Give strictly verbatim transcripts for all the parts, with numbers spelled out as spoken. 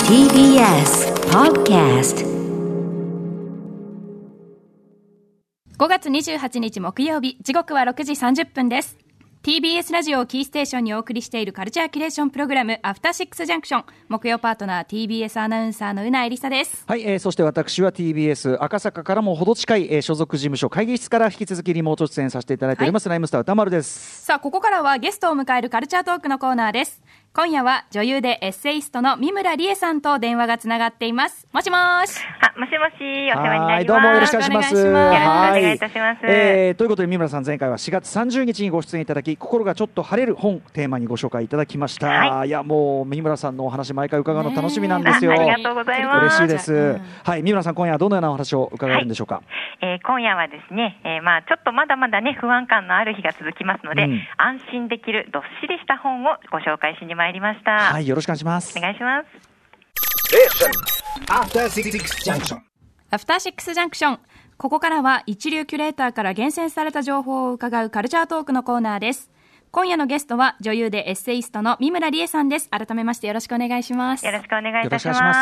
ティービーエス Podcast。 ごがつにじゅうはちにち木曜日、時刻はろくじさんじゅっぷんです。ティービーエス ラジオをキーステーションにお送りしているカルチャーキュレーションプログラムアフターシックスジャンクション、木曜パートナー ティービーエス アナウンサーのうなえりさです。 はい、えー、そして私は ティービーエス 赤坂からもほど近い、えー、所属事務所会議室から引き続きリモート出演させていただいております、はい、ライムスター歌丸です。 さあ、ここからはゲストを迎えるカルチャートークのコーナーです。今夜は女優でエッセイストの三村理恵さんと電話がつながっています。もしもし。 あ、もしもし、お世話になります。 どうもよろしくお願いします。よろしくお願いいたします。 えー、ということで三村さん、前回はしがつさんじゅうにちにご出演いただき、心がちょっと晴れる本テーマにご紹介いただきました。はい、いやもう三村さんのお話毎回伺うの楽しみなんですよ。 ありがとうございます。 嬉しいです、 うん、 はい、三村さん、今夜はどのようなお話を伺えるんでしょうか。はい、 えー、今夜はですね、えー、まあちょっとまだまだね不安感のある日が続きますので、うん、安心できるどっしりした本をご紹介しに参りました。 はい、よろしくお願いします。 お願いします。 アフターシックスジャンクション。アフターシックスジャンクション。ここからは一流キュレーターから厳選された情報を伺うカルチャートークのコーナーです。今夜のゲストは女優でエッセイストの三村理恵さんです。改めましてよろしくお願いします。 よろしくお願いいたします。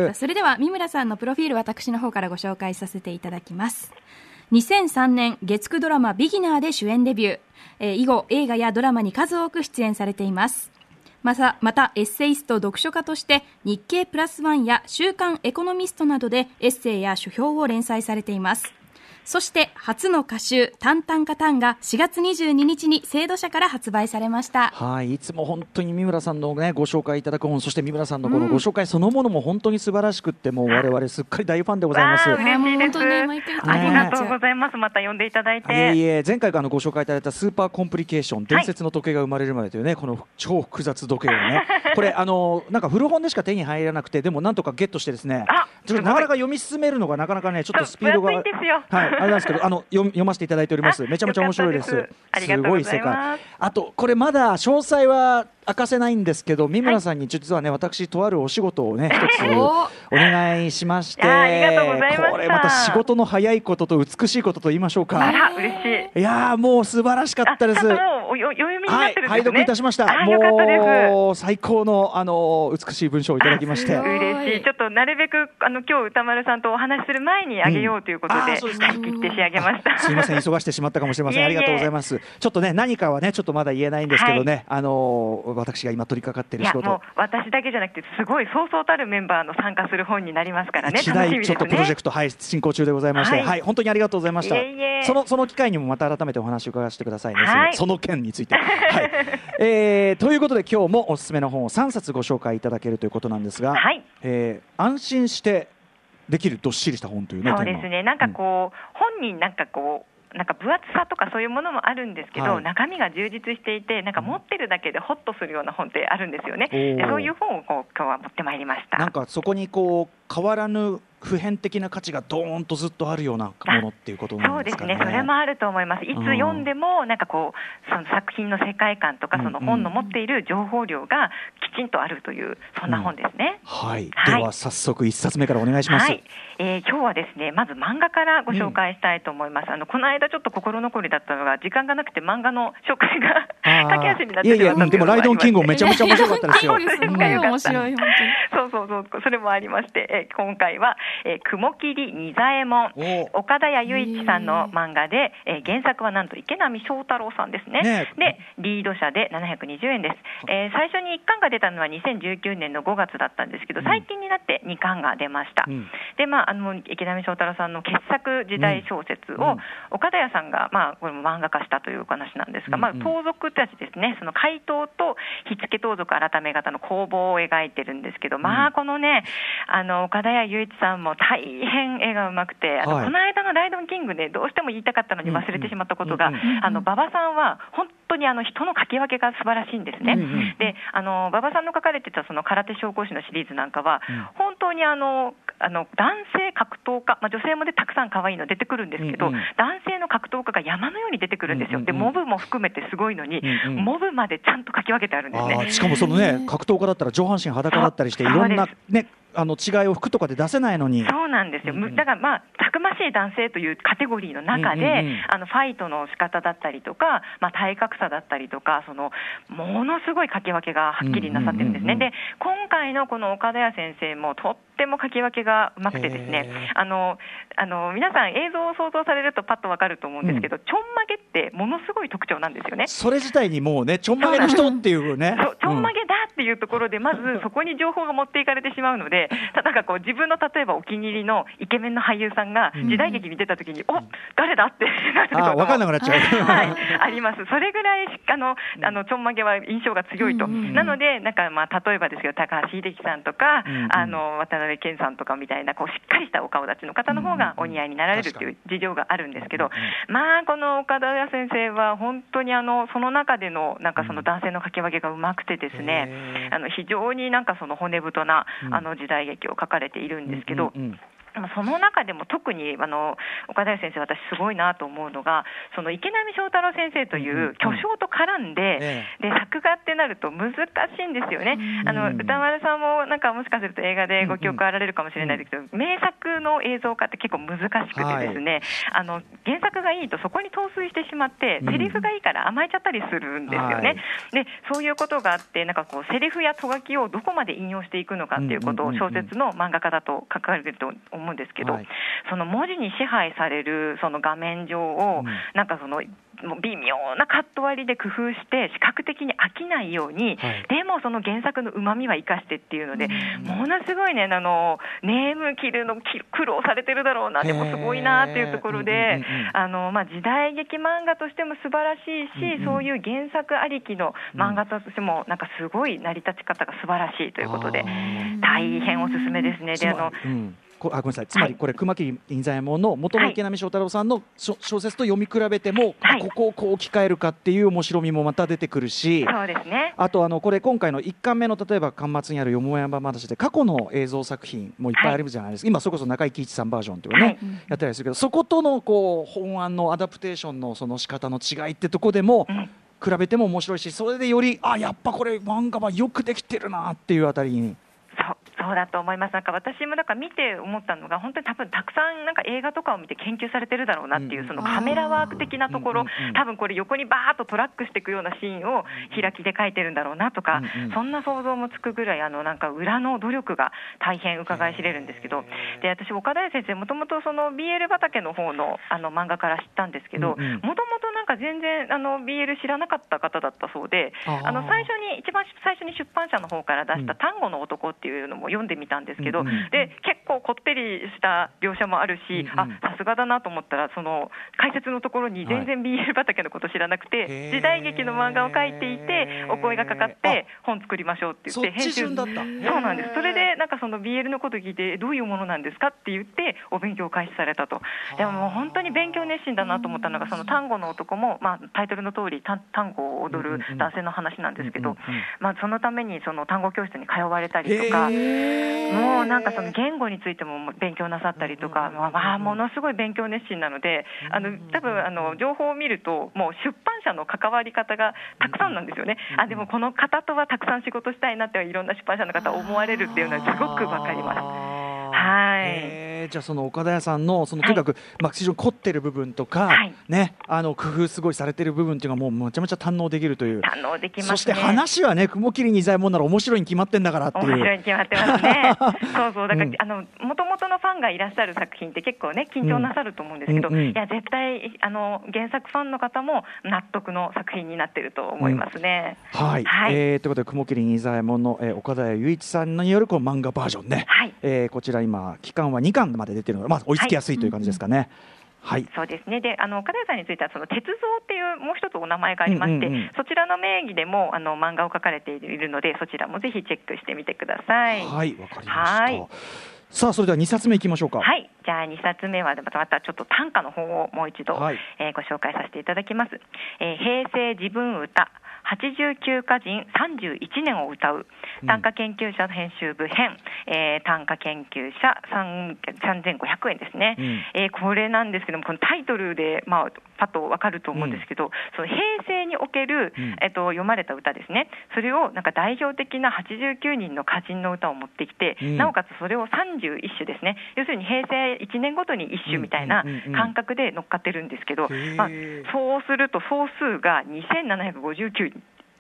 それでは三村さんのプロフィール、私の方からご紹介させていただきます。にせんさんねん月くドラマビギナーで主演デビュー、えー、以後映画やドラマに数多く出演されています。また、またエッセイスト読書家として日経プラスワンや週刊エコノミストなどでエッセイや書評を連載されています。そして初の歌集タンタンカタンがしがつにじゅうににちに生土社から発売されました。 はい、いつも本当に三村さんの、ね、ご紹介いただく本、そして三村さんのこのご紹介そのものも本当に素晴らしくって、もう我々すっかり大ファンでございます。 嬉しいです。 本当に毎回ありがとうございます。また呼んでいただいて。いえいえ、前回あのご紹介いただいたスーパーコンプリケーション、伝説の時計が生まれるまでというね、この超複雑時計をねこれあのなんか古本でしか手に入らなくて、でもなんとかゲットしてですね、ちょっとなかなか読み進めるのがなかなかねちょっとスピードがはい、あれなんですけど、あの読, 読ませていただいております。めちゃめちゃ面白いです。す, すごい世界。あとこれまだ詳細は明かせないんですけど、三村さんに実はね、私とあるお仕事をね一つお願いしまして、 ありがとうございました。 これまた仕事の早いことと美しいことと言いましょうか。 あら嬉しい。 いやもう素晴らしかったです。 もうお読みになってるんですね。 はい、拝読いたしました。 あ、よかったです。 もう最高のあの美しい文章をいただきまして、 嬉しい。ちょっとなるべくあの今日歌丸さんとお話しする前にあげようということで、うん、書き切って仕上げました。 すみません、忙してしまったかもしれません。ありがとうございます。ちょっとね、何かはねちょっとまだ言えないんですけどね、はい、あの私が今取り掛かっている仕事、 いやもう私だけじゃなくてすごいそうそうたるメンバーの参加する本になりますからね。 一大ちょっとプロジェクト、はい、進行中でございまして、はい、はい、本当にありがとうございました。 いえいえ、 そのその機会にもまた改めてお話を伺わせてくださいね、 はい、 その件について、はいえー、ということで今日もおすすめの本をさんさつご紹介いただけるということなんですが、はい、えー、安心してできるどっしりした本というね。 そうですね、なんかこう、うん、本になんかこうなんか分厚さとかそういうものもあるんですけど、はい、中身が充実していて、なんか持ってるだけでホッとするような本ってあるんですよね。でそういう本をこう今日は持ってまいりました。 なんかそこにこう変わらぬ普遍的な価値がドーンとずっとあるようなものっていうことなんですかね。 そうですね、それもあると思います。いつ読んでもなんかこうその作品の世界観とかその本の持っている情報量がきちんとあるというそんな本ですね。 うん、はい、はい、では早速いっさつめからお願いします。はい、 えー、今日はですね、まず漫画からご紹介したいと思います。うん、あのこの間ちょっと心残りだったのが時間がなくて漫画の紹介が駆け足になってしまった。いやいや、 でもライドンキングもめちゃめちゃ面白かったですよ。 面白い、本当に。そうそうそう、それもありまして、えー、今回は、えー、雲霧仁左衛門、岡田谷雄一さんの漫画で、えー、原作はなんと池波正太郎さんですね。ね、でリード社でななひゃくにじゅうえんです。えー、最初にいっかんが出たのはにせんじゅうきゅうねんのごがつだったんですけど、最近になってにかんが出ました。うん、でまあ、あの池波正太郎さんの傑作時代小説を、うん、岡田谷さんが、まあ、これも漫画化したというお話なんですが、うんうん、まあ、盗賊たちですね、その怪盗と火付盗賊改め方の攻防を描いてるんですけど、まあこのね、あの岡田谷雄一さんも大変絵がうまくて、あの、はい、この間のライドンキングでどうしても言いたかったのに忘れてしまったことが、あの馬場さんは本当にあの人の書き分けが素晴らしいんですね。うんうん、であの馬場さんの書かれてたその空手将校士のシリーズなんかは、うん、本当にあのあの男性格闘家、まあ、女性もでたくさん可愛いの出てくるんですけど、うんうん、男性の格闘家が山のように出てくるんですよ。でモブも含めてすごいのに、うんうん、モブまでちゃんと書き分けてあるんですね。 あ、しかもそのね、格闘家だったら上半身裸だったりしていろんなね、あの違いを服とかで出せないのに。 そうなんですよ。うんうん、だからまあたくましい男性というカテゴリーの中で、うんうんうん、あのファイトの仕方だったりとか、まあ、体格差だったりとか、そのものすごい書き分けがはっきりなさってるんですね。うんうんうんうん、で今回回のこの岡田屋先生もとっても書き分けがうまくてですね、あのあの皆さん映像を想像されるとパッとわかると思うんですけど、うん、ちょんまげってものすごい特徴なんですよね。 それ自体にもうね、ちょんまげの人っていうね、 そうちょんまげだっていうところでまずそこに情報が持っていかれてしまうので、なんかこう自分の例えばお気に入りのイケメンの俳優さんが時代劇見てた時に、うん、お誰だってなることも分かんなくなっちゃう、 はい、あります。それぐらいあのあのちょんまげは印象が強いと、うんうんうん、なのでなんか、まあ、例えばですけど高橋英樹さんとか、うんうん、あの渡辺謙さんとかみたいなこうしっかりしたお顔立ちの方の方がお似合いになられるという事情があるんですけど、まあこの岡田屋先生は本当にあのその中でのなんかその男性の書き分けがうまくてですね、あの非常になんかその骨太なあの時代劇を書かれているんですけど、うんうんうん、その中でも特にあの岡田屋先生、私すごいなと思うのが、その池波正太郎先生という巨匠と絡んで、うんうん、で作画ってなると難しいんですよね、うん、あの歌丸さんもなんかもしかすると映画でご記憶あられるかもしれないですけど、うんうん、名作の映像化って結構難しくてですね、はい、あの原作がいいとそこに陶酔してしまって、セリフがいいから甘えちゃったりするんですよね、はい、でそういうことがあって、なんかこうセリフやとがきをどこまで引用していくのかっていうことを小説の漫画家だと書かれると思うんですけど、はい、その文字に支配されるその画面上を、うん、なんかそのもう微妙なカット割りで工夫して視覚的に飽きないように、はい、でもその原作のうまみは生かしてっていうので、うん、ものすごいね、あのネーム切るの苦労されてるだろうな、でもすごいなっていうところで、あの、まあ、時代劇漫画としても素晴らしいし、うん、そういう原作ありきの漫画としてもなんかすごい成り立ち方が素晴らしいということで、大変おすすめですね。であの、うんあごめんなさい、つまりこれ、はい、熊切仁左衛門の元の池波正太郎さんの小説と読み比べても、はい、ここをこう置き換えるかっていう面白みもまた出てくるし、 そうですね、 あとあのこれ今回のいっかんめの例えば巻末にあるよもやま話で過去の映像作品もいっぱいあるじゃないですか、はい、今それこそ中井貴一さんバージョンというね、はい、やったりするけど、そことのこう本案のアダプテーションのその仕方の違いってとこでも、うん比べても面白いし、それでよりあやっぱこれ漫画はよくできてるなっていうあたりに。 そうそうだと思います。なんか私もなんか見て思ったのが、本当に多分たくさんなんか映画とかを見て研究されてるだろうなっていう、うん、そのカメラワーク的なところ、うんうんうん、多分これ横にバーッとトラックしていくようなシーンを開きで描いてるんだろうなとか、うんうん、そんな想像もつくぐらい、あのなんか裏の努力が大変伺い知れるんですけど、で私岡田先生もともとその ビーエル 畑の方のあの漫画から知ったんですけど、もともとなんか全然あの ビーエル 知らなかった方だったそうで、あの最初に一番最初に出版社の方から出した丹後の男っていうのも読んでみたんですけど、うんうん、で結構こってりした描写もあるし、うんうん、あさすがだなと思ったら、その解説のところに全然 ビーエル 畑のこと知らなくて、はい、時代劇の漫画を描いていてお声がかかって本作りましょうって言って編集だった。そうなんです。それでなんかその ビーエル のこと聞いて、どういうものなんですかって言ってお勉強を開始されたと。でももう本当に勉強熱心だなと思ったのが、その丹後の男も、まあ、タイトルの通り丹後を踊る男性の話なんですけど、まあ、そのためにその丹後教室に通われたりとか、もうなんかその言語についても勉強なさったりとか、まあ、ものすごい勉強熱心なので、あの多分あの情報を見るともう出版社の関わり方がたくさんなんですよね。あでもこの方とはたくさん仕事したいなっていろんな出版社の方思われるっていうのはすごくわかります。はい、 えー、じゃあその岡田屋さんのそのとにかく、はい、まあ、非常に凝ってる部分とか、はい、ね、あの工夫すごいされてる部分っていうのがもうめちゃめちゃ堪能できるという。 堪能できますね。 そして話はね、雲霧仁左衛門なら面白いに決まってんだからっていう。 面白いに決まってますねそうそう、だから、うん、あの元々のファンがいらっしゃる作品って結構ね緊張なさると思うんですけど、うんうんうん、いや絶対あの原作ファンの方も納得の作品になっていると思いますね、 うん、はい、はい、えー、ということで雲霧仁左衛門の、えー、岡田屋雄一さんによるこの漫画バージョンね、はい、えー、こちら今期間はにかんまで出てるので、まあ、追いつきやすいという感じですかね、はい、うんうん、はい、 そうですね。で、あの岡田屋さんについてはその鉄道っていうもう一つお名前がありまして、うんうんうん、そちらの名義でもあの漫画を描かれているので、そちらもぜひチェックしてみてください。 はい、わかりました。はい、さあそれではにさつめいきましょうか。 はい、じゃあにさつめはまたまたちょっと短歌の方をもう一度、はい、えー、ご紹介させていただきます、えー、平成自分歌はちじゅうきゅう歌人さんじゅういちねんを歌う短歌研究者編集部編、うん、えー、短歌研究者さんぜんごひゃくえんですね、うん、えー、これなんですけども、このタイトルで、まあ、パッと分かると思うんですけど、うん、その平成における、うん、えー、と読まれた歌ですね、それをなんか代表的なはちじゅうきゅうにんの歌人の歌を持ってきて、うん、なおかつそれをさんじゅういっしゅですね、要するに平成いちねんごとにいっしゅみたいな感覚で乗っかってるんですけど、まあ、そうすると総数がにせんななひゃくごじゅうきゅうにん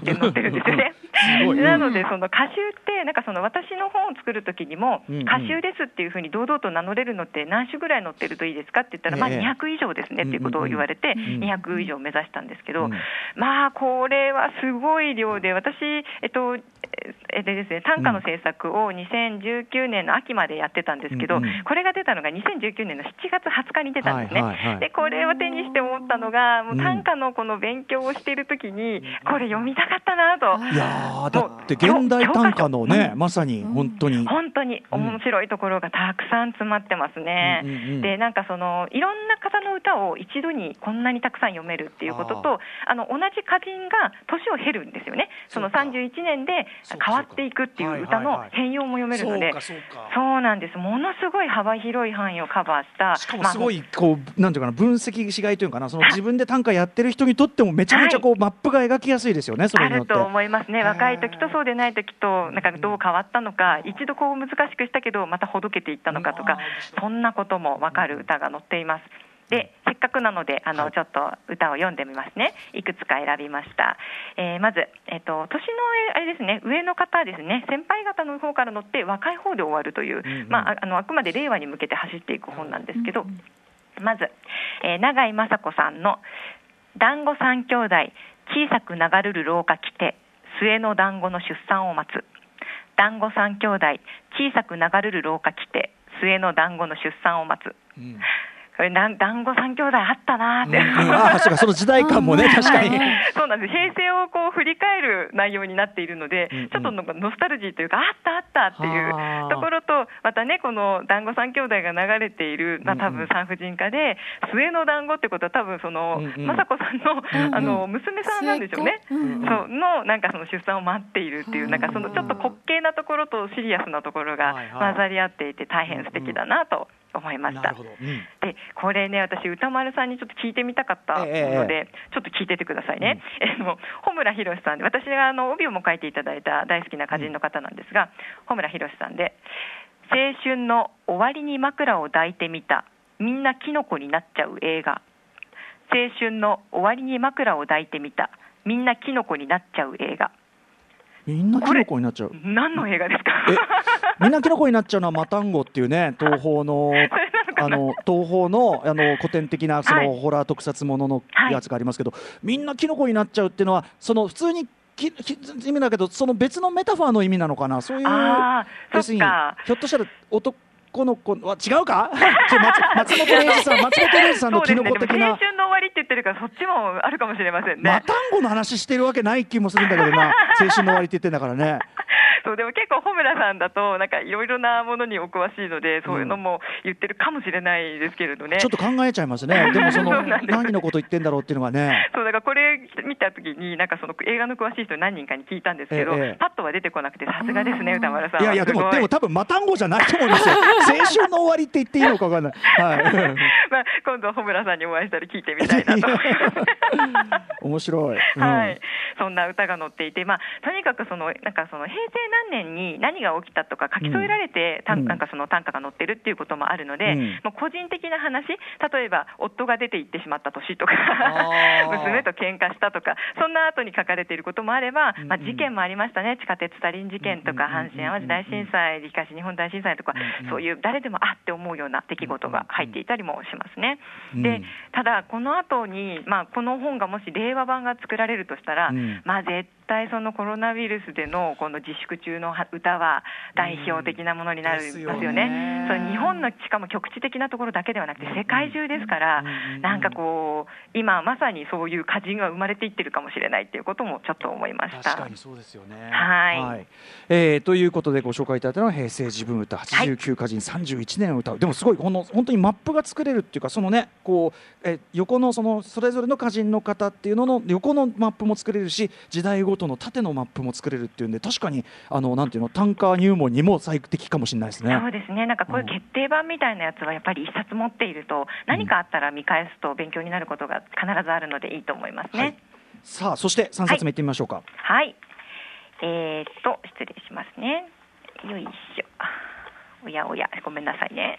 って載ってるんですよねなのでその歌集ってなんかその私の本を作るときにも、うんうん、歌集ですっていうふうに堂々と名乗れるのって何種ぐらい載ってるといいですかって言ったら、ええ、まあにひゃく以上ですねっていうことを言われて、うんうんうん、にひゃく以上目指したんですけど、うん、まあこれはすごい量で私、えっとえでですね、短歌の制作をにせんじゅうきゅうねんの秋までやってたんですけど、うんうん、これが出たのがにせんじゅうきゅうねんのしちがつはつかに出たんですね、はいはいはい、でこれを手にして思ったのがもう短歌のこの勉強をしているときに、うん、これ読みたかったなと。 いやだって現代短歌のね、うん、まさに本当に本当に面白いところがたくさん詰まってますね、うんうんうん、でなんかそのいろんな方の歌を一度にこんなにたくさん読めるっていうことと、 ああの同じ歌人が年を経るんですよね。そのさんじゅういちねんで変わっていくっていう歌の変容も読めるので、そうなんです。ものすごい幅広い範囲をカバーした、 しかもすごいこうなんていうかな、分析しがいというかな、その自分で短歌やってる人にとってもめちゃめちゃこう、はい、マップが描きやすいですよね。それによってあると思いますね。若い時とそうでない時となんかどう変わったのか、うん、一度こう難しくしたけどまたほどけていったのかとか、うん、そんなことも分かる歌が載っています。でせっかくなのであの、はい、ちょっと歌を読んでみますね。いくつか選びました、えー、まず、えー、と年のあれですね、上の方ですね、先輩方の方から乗って若い方で終わるという、うんうん、まあ、あのあくまで令和に向けて走っていく本なんですけど、うんうん、まず、えー、永井雅子さんの団子三兄弟小さく流れる廊下来て末の団子の出産を待つ。団子三兄弟小さく流れる廊下来て末の団子の出産を待つ、うん、これ団子三兄弟あったなって、うんうん、 あそうか、その時代感もね確かに、 はい、そうなんです。平成をこう振り返る内容になっているので、うんうん、ちょっとなんかノスタルジーというか、あったあったっていうところと、またねこの団子三兄弟が流れている、まあ、多分産婦人科で末の団子ってことは多分その、うんうん、雅子さんの、うんうん、あの娘さんなんでしょうね、うんうん、そうのなんかその出産を待っているっていう、なんかそのちょっと滑稽なところとシリアスなところが混ざり合っていて大変素敵だなと思いました。うん、でこれね、私歌丸さんにちょっと聞いてみたかったので、ええ、ちょっと聞いててくださいね、うん、えの穂村弘さんで、私があの帯をも書いていただいた大好きな歌人の方なんですが、うん、穂村弘さんで、青春の終わりに枕を抱いてみたみんなキノコになっちゃう映画。青春の終わりに枕を抱いてみたみんなキノコになっちゃう映画。 みんなキノコになっちゃう。 何の映画ですか？ みんなキノコになっちゃうのはマタンゴっていうね、東宝のあの東宝のあの古典的なそのホラー特撮もののやつがありますけど、はい、みんなキノコになっちゃうっていうのはその普通にきき意味だけど、その別のメタファーの意味なのかな。そういう要するにひょっとしたら男この子は違うか松本零士さん松本零士さんのキノコ的な、ね、 青春の終わりって言ってるからそっちもあるかもしれませんね。 マタンゴの話してるわけない気もするんだけどな青春の終わりって言ってんだからねそうでも結構穂村さんだとなんかいろいろなものにお詳しいので、そういうのも言ってるかもしれないですけれどね、うん、 ちょっと考えちゃいますね。でもその何のこと言ってんだろうっていうのがねそうだからこれ見た時になんかその映画の詳しい人何人かに聞いたんですけど、ええ、パッとは出てこなくて、さすがですね歌丸さん。 いやいやでもでも多分マタンゴじゃないと思うんですよ青春の終わりって言っていいのか分かんない、はいまあ、今度穂村さんにお会いしたら聞いてみたいなと面白い、 うん、はい、そんな歌が載っていて、まあ、とにかくそのなんかその平成何年に何が起きたとか書き添えられて、うん、なんかその短歌が載ってるっていうこともあるので、うん、もう個人的な話、例えば夫が出て行ってしまった年とか娘と喧嘩したとか、そんな後に書かれていることもあれば、まあ、事件もありましたね。地下鉄サリン事件とか阪神・淡路大震災、東日本大震災とか、そういう誰でもあって思うような出来事が入っていたりもしますね。でただこの後に、まあ、この本がもし令和版が作られるとしたら、まあ、絶対そのコロナウイルスでのこの自粛中の歌は代表的なものになりますよね。よね、その日本のしかも局地的なところだけではなくて世界中ですから、なんかこう今まさにそういう歌人が生まれていってるかもしれないっていうこともちょっと思いました。 確かにそうですよね。 はい、 はい、えー、ということでご紹介いただいたのは平成自分歌はちじゅうきゅう歌人さんじゅういちねんを歌う、はい、でもすごいこの本当にマップが作れるっていうか、そのねこうえ横のそのそれぞれの歌人の方っていうのの横のマップも作れるし、時代ごとの縦のマップも作れるっていうんで、確かにあのなんていうの短歌入門にも最適かもしれないですね。 そうですね。なんかこういう決定版みたいなやつはやっぱり一冊持っていると、何かあったら見返すと勉強になることが必ずあるのでいいと思いますね。はい、 さあそしてさんさつめいってみましょうか。 はい、はい、えー、っと失礼しますね。よいしょ。おやおやごめんなさいね。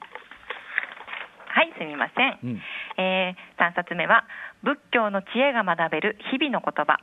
はい、すみません。うん、えー、さんさつめは仏教の知恵が学べる日々の言葉、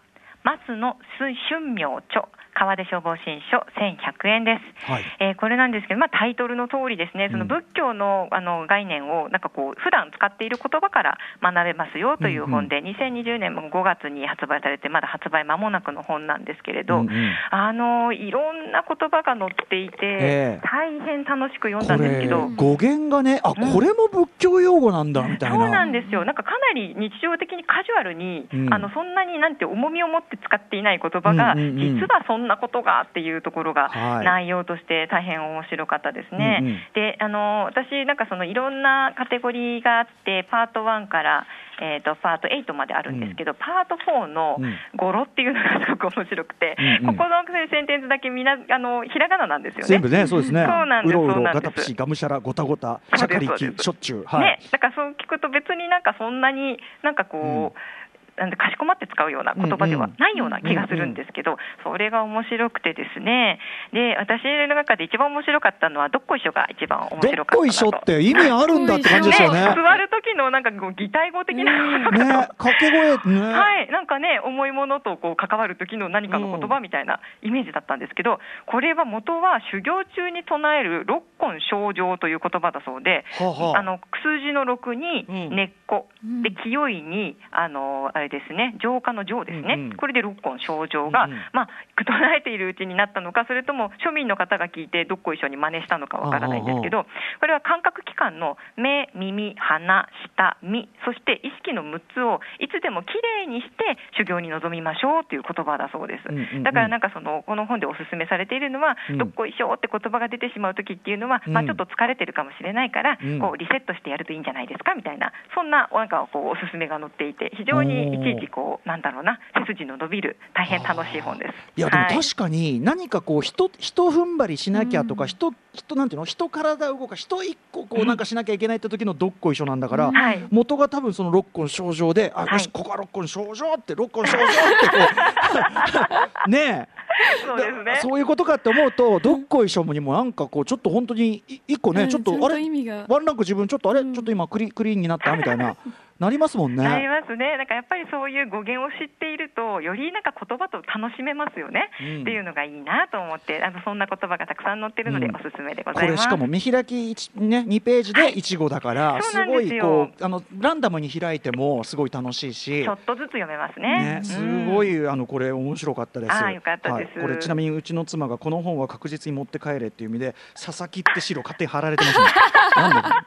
松の春明著川出消防新書せんひゃくえんです、はいえー、これなんですけど、まあ、タイトルの通りですね、その仏教 の, あの概念をなんかこう普段使っている言葉から学べますよという本で、うんうん、にせんにじゅうねんごがつに発売されてまだ発売間もなくの本なんですけれど、うんうん、あのいろんな言葉が載っていて、えー、大変楽しく読んだんですけど、 語源がね、あ、うん、これも仏教用語なんだみたいな。 そうなんですよ。なんかかなり日常的にカジュアルに、うん、あのそんなになんて重みを持って使っていない言葉が、うんうんうん、実はそんなことがっていうところが内容として大変面白かったですね、はいうんうん、であの私なんかそのいろんなカテゴリーがあってパートワンからえー、とパートエイトまであるんですけど、うん、パートフォーの語呂っていうのがすごく面白くて、うんうん、ここのセンテンスだけみんなあのひらがななんですよね。 全部ね、そうですね。 そうなんです。 うろうろ、ガタプシ、がむしゃら、ごたごた、しゃかりき、しょっちゅう、はい、 ね、だからそう聞くと別になんかそんなになんかこう、うんなんでかしこまって使うような言葉ではないような気がするんですけど、うんうん、それが面白くてですね、で私の中で一番面白かったのはどっこいしょが一番面白かったなと。どっこいしょって意味あるんだって感じですよね。 ね、座る時のなんかこう擬態語的な、うん、 ね、掛け声、ね、 はい、なんかね、重いものとこう関わる時の何かの言葉みたいなイメージだったんですけど、これは元は修行中に唱える六根清浄という言葉だそうで、ははあの数字のろくに根っこ、うん、で清いにあのあれですね、浄化の浄ですね、うんうん、これで六根清浄が、うんうん、まあ、唱えているうちになったのか、それとも庶民の方が聞いてどっこいしょに真似したのかわからないんですけど、これは感覚器官の目、耳、鼻、舌、身、そして意識のむっつをいつでもきれいにして修行に臨みましょうという言葉だそうです、うんうんうん、だからなんかそのこの本でお勧めされているのは、うん、どっこいしょって言葉が出てしまう時っていうのは、うん、まあ、ちょっと疲れてるかもしれないから、うん、こうリセットしてやるといいんじゃないですかみたいな、そんななんかこうお勧めが載っていて、非常にいちいちこうなんだろうな、背筋の伸びる大変楽しい本です。 いやでも確かに何かこう人人踏ん張りしなきゃとか、うん、人人なんていうの、人体を動か人一個こうなんかしなきゃいけないって時のどっこいしょなんだから、うん、元が多分その六根清浄で、あ、はい、よしここは六根清浄って六根清浄ってこうねえそうですね、 そういうことかって思うと、どっこいしょにもなんかこうちょっと本当に一個ね、うん、ちょっとあれワンランク自分ちょっとあれ、うん、ちょっと今クリ、クリーンになったみたいななりますもんね。 なりますね。なんかやっぱりそういう語源を知っているとよりなんか言葉と楽しめますよね、うん、っていうのがいいなと思って、あのそんな言葉がたくさん載ってるのでおすすめでございます、うん、これしかも見開き、ね、にページでいち語だから、はい、すごいこうあのランダムに開いてもすごい楽しいし、 ちょっとずつ読めますね。 ね、すごい、うん、あのこれ面白かったです。 あ、よかったです、 はい、これちなみにうちの妻がこの本は確実に持って帰れっていう意味で佐々木って白勝手に貼られてますねなんで、はい、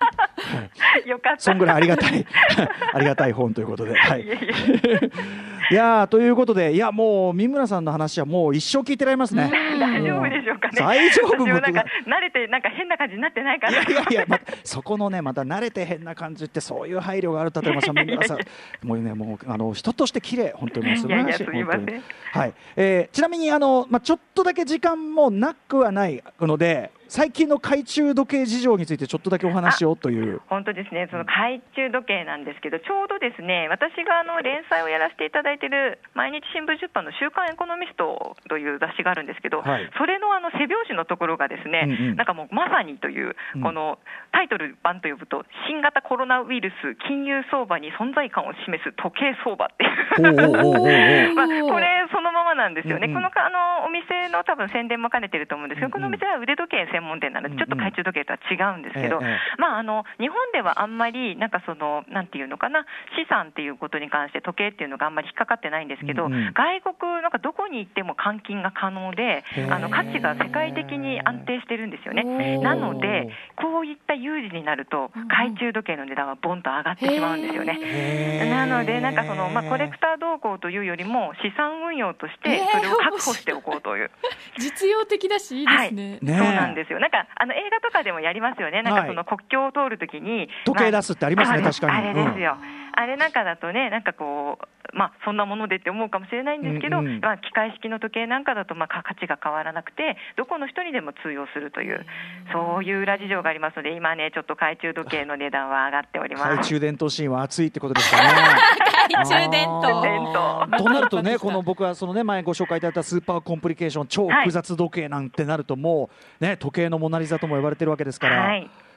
よかった、 そんぐらいありがたいありがたい本ということで、はい、い, いやということで、いやもう三村さんの話はもう一生聞いてられますね。 大丈夫でしょうかね。 大丈夫。 なんか慣れてなんか変な感じになってないかな。 いやいや、ま、そこのね、また慣れて変な感じってそういう配慮がある。例えばさ、三村さんもうね、もうあの人として綺麗、本当に素晴らしい。いやいや、すみません。はい、えー、ちなみにあの、まあ、ちょっとだけ時間もなくはないので、最近の懐中時計事情についてちょっとだけお話をという。 本当ですね、その懐中時計なんですけど、ちょうどですね、私があの連載をやらせていただいている毎日新聞出版の週刊エコノミストという雑誌があるんですけど、はい、それのあの背表紙のところがですね、うんうん、なんかもうまさにという、このタイトル版と呼ぶと、新型コロナウイルス金融相場に存在感を示す時計相場っていうまあこれそのままなんですよね、うんうん、このあのお店の多分宣伝も兼ねてると思うんですけど、うんうん、このお店は腕時計専門店なのでちょっと懐中時計とは違うんですけど、うんうん、まあ、あの日本ではあんまりなんかそのなんていうのかな、資産っていうことに関して時計っていうのがあんまり引っかかってないんですけど、うんうん、外国なんかどこに行っても換金が可能で、あの価値が世界的に安定してるんですよね。なのでこういった有事になると懐中時計の値段はボンと上がってしまうんですよね。なのでなんかその、まあ、コレクター動向というよりも資産運用としてそれを確保しておこうという実用的だしいいですね。はい、 ね、そうなんですよ。なんかあの映画とかでもやりますよね。なんかその国境を通るときに、はい、 時計出すってありますね、 まあ、 確かに。 あれですよ、うん、あれなんかだとね、なんかこう、まあ、そんなものでって思うかもしれないんですけど、うんうん、まあ、機械式の時計なんかだとまあ価値が変わらなくてどこの人にでも通用するという、そういう裏事情がありますので、今ねちょっと懐中時計の値段は上がっております。 懐中電灯シーンは熱いってことですかね懐中電灯となるとね、この僕はそのね前ご紹介いただいたスーパーコンプリケーション超複雑時計なんてなるともうね、時計のモナリザとも呼ばれてるわけですから、はい、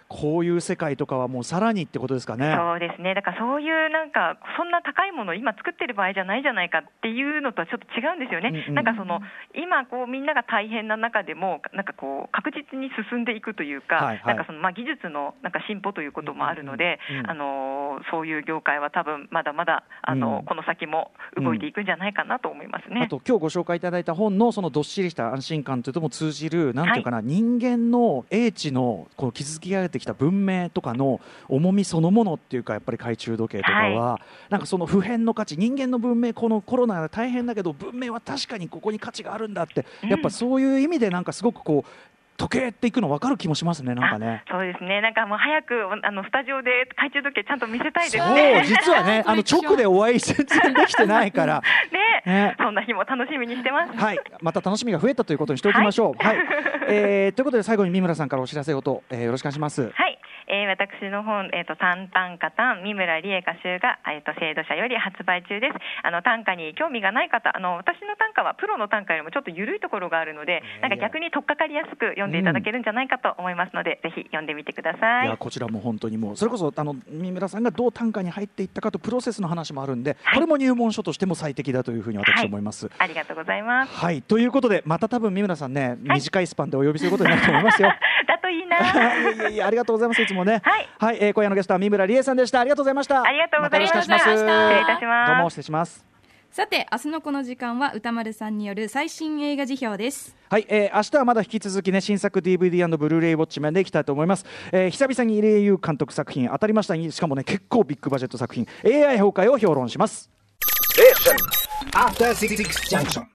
こういう世界とかはもうさらにってことですかね。 そうですね、だからそういうなんかそんな高いものを今作ってる場合じゃないじゃないかっていうのとはちょっと違うんですよね、うんうん、なんかその今こうみんなが大変な中でもなんかこう確実に進んでいくというか、はいはい、なんかそのまあ技術のなんか進歩ということもあるので、うんうんうん、あのそういう業界は多分まだまだあの、うん、この先も動いていくんじゃないかなと思いますね、うん、 あと今日ご紹介いただいた本のそのどっしりした安心感というとも通じるなんていうかな、はい、人間の英知のこの築き上げてきた文明とかの重みそのものっていうかやっぱり懐中時計とかは、はい、なんかその普遍の価値、人間の文明このコロナが大変だけど文明は確かにここに価値があるんだって、うん、やっぱそういう意味でなんかすごくこう時計っていくの分かる気もしますね。なんかね、 そうですね、なんかもう早くあのスタジオで懐中時計ちゃんと見せたいですね。 そう実はねあの直でお会い全然できてないからねね、そんな日も楽しみにしてます。 はい、また楽しみが増えたということにしておきましょう。はい、はいえー、ということで最後に三村さんからお知らせごと、えー、よろしくお願いします。 はい、えー、私の本、えーと、短短歌短三村理恵歌集が、えーと、制度社より発売中です。あの短歌に興味がない方、あの私の短歌はプロの短歌よりもちょっと緩いところがあるので、なんか逆に取っかかりやすく読んでいただけるんじゃないかと思いますので、うん、ぜひ読んでみてください。 いやこちらも本当にもうそれこそあの三村さんがどう短歌に入っていったかとプロセスの話もあるんで、はい、これも入門書としても最適だというふうに私は思います。はい、 ありがとうございます。 はい、ということでまた多分三村さんね、はい、短いスパンでお呼びすることになると思いますよ。 だといいな。 いやいやありがとうございます。いつもね。はい、はいえー、今夜のゲストは三村理恵さんでした。ありがとうございました。 ありがとうございました。 またよろしくお願いします。 失礼いたします。 どうも失礼します。 さて明日のこの時間は歌丸さんによる最新映画辞表です。 はい、えー、明日はまだ引き続きね新作 ディーブイディー& ブルーレイウォッチ面でいきたいと思います。えー、久々に入江優監督作品当たりましたにしかもね結構ビッグバジェット作品 エーアイ 崩壊を評論します。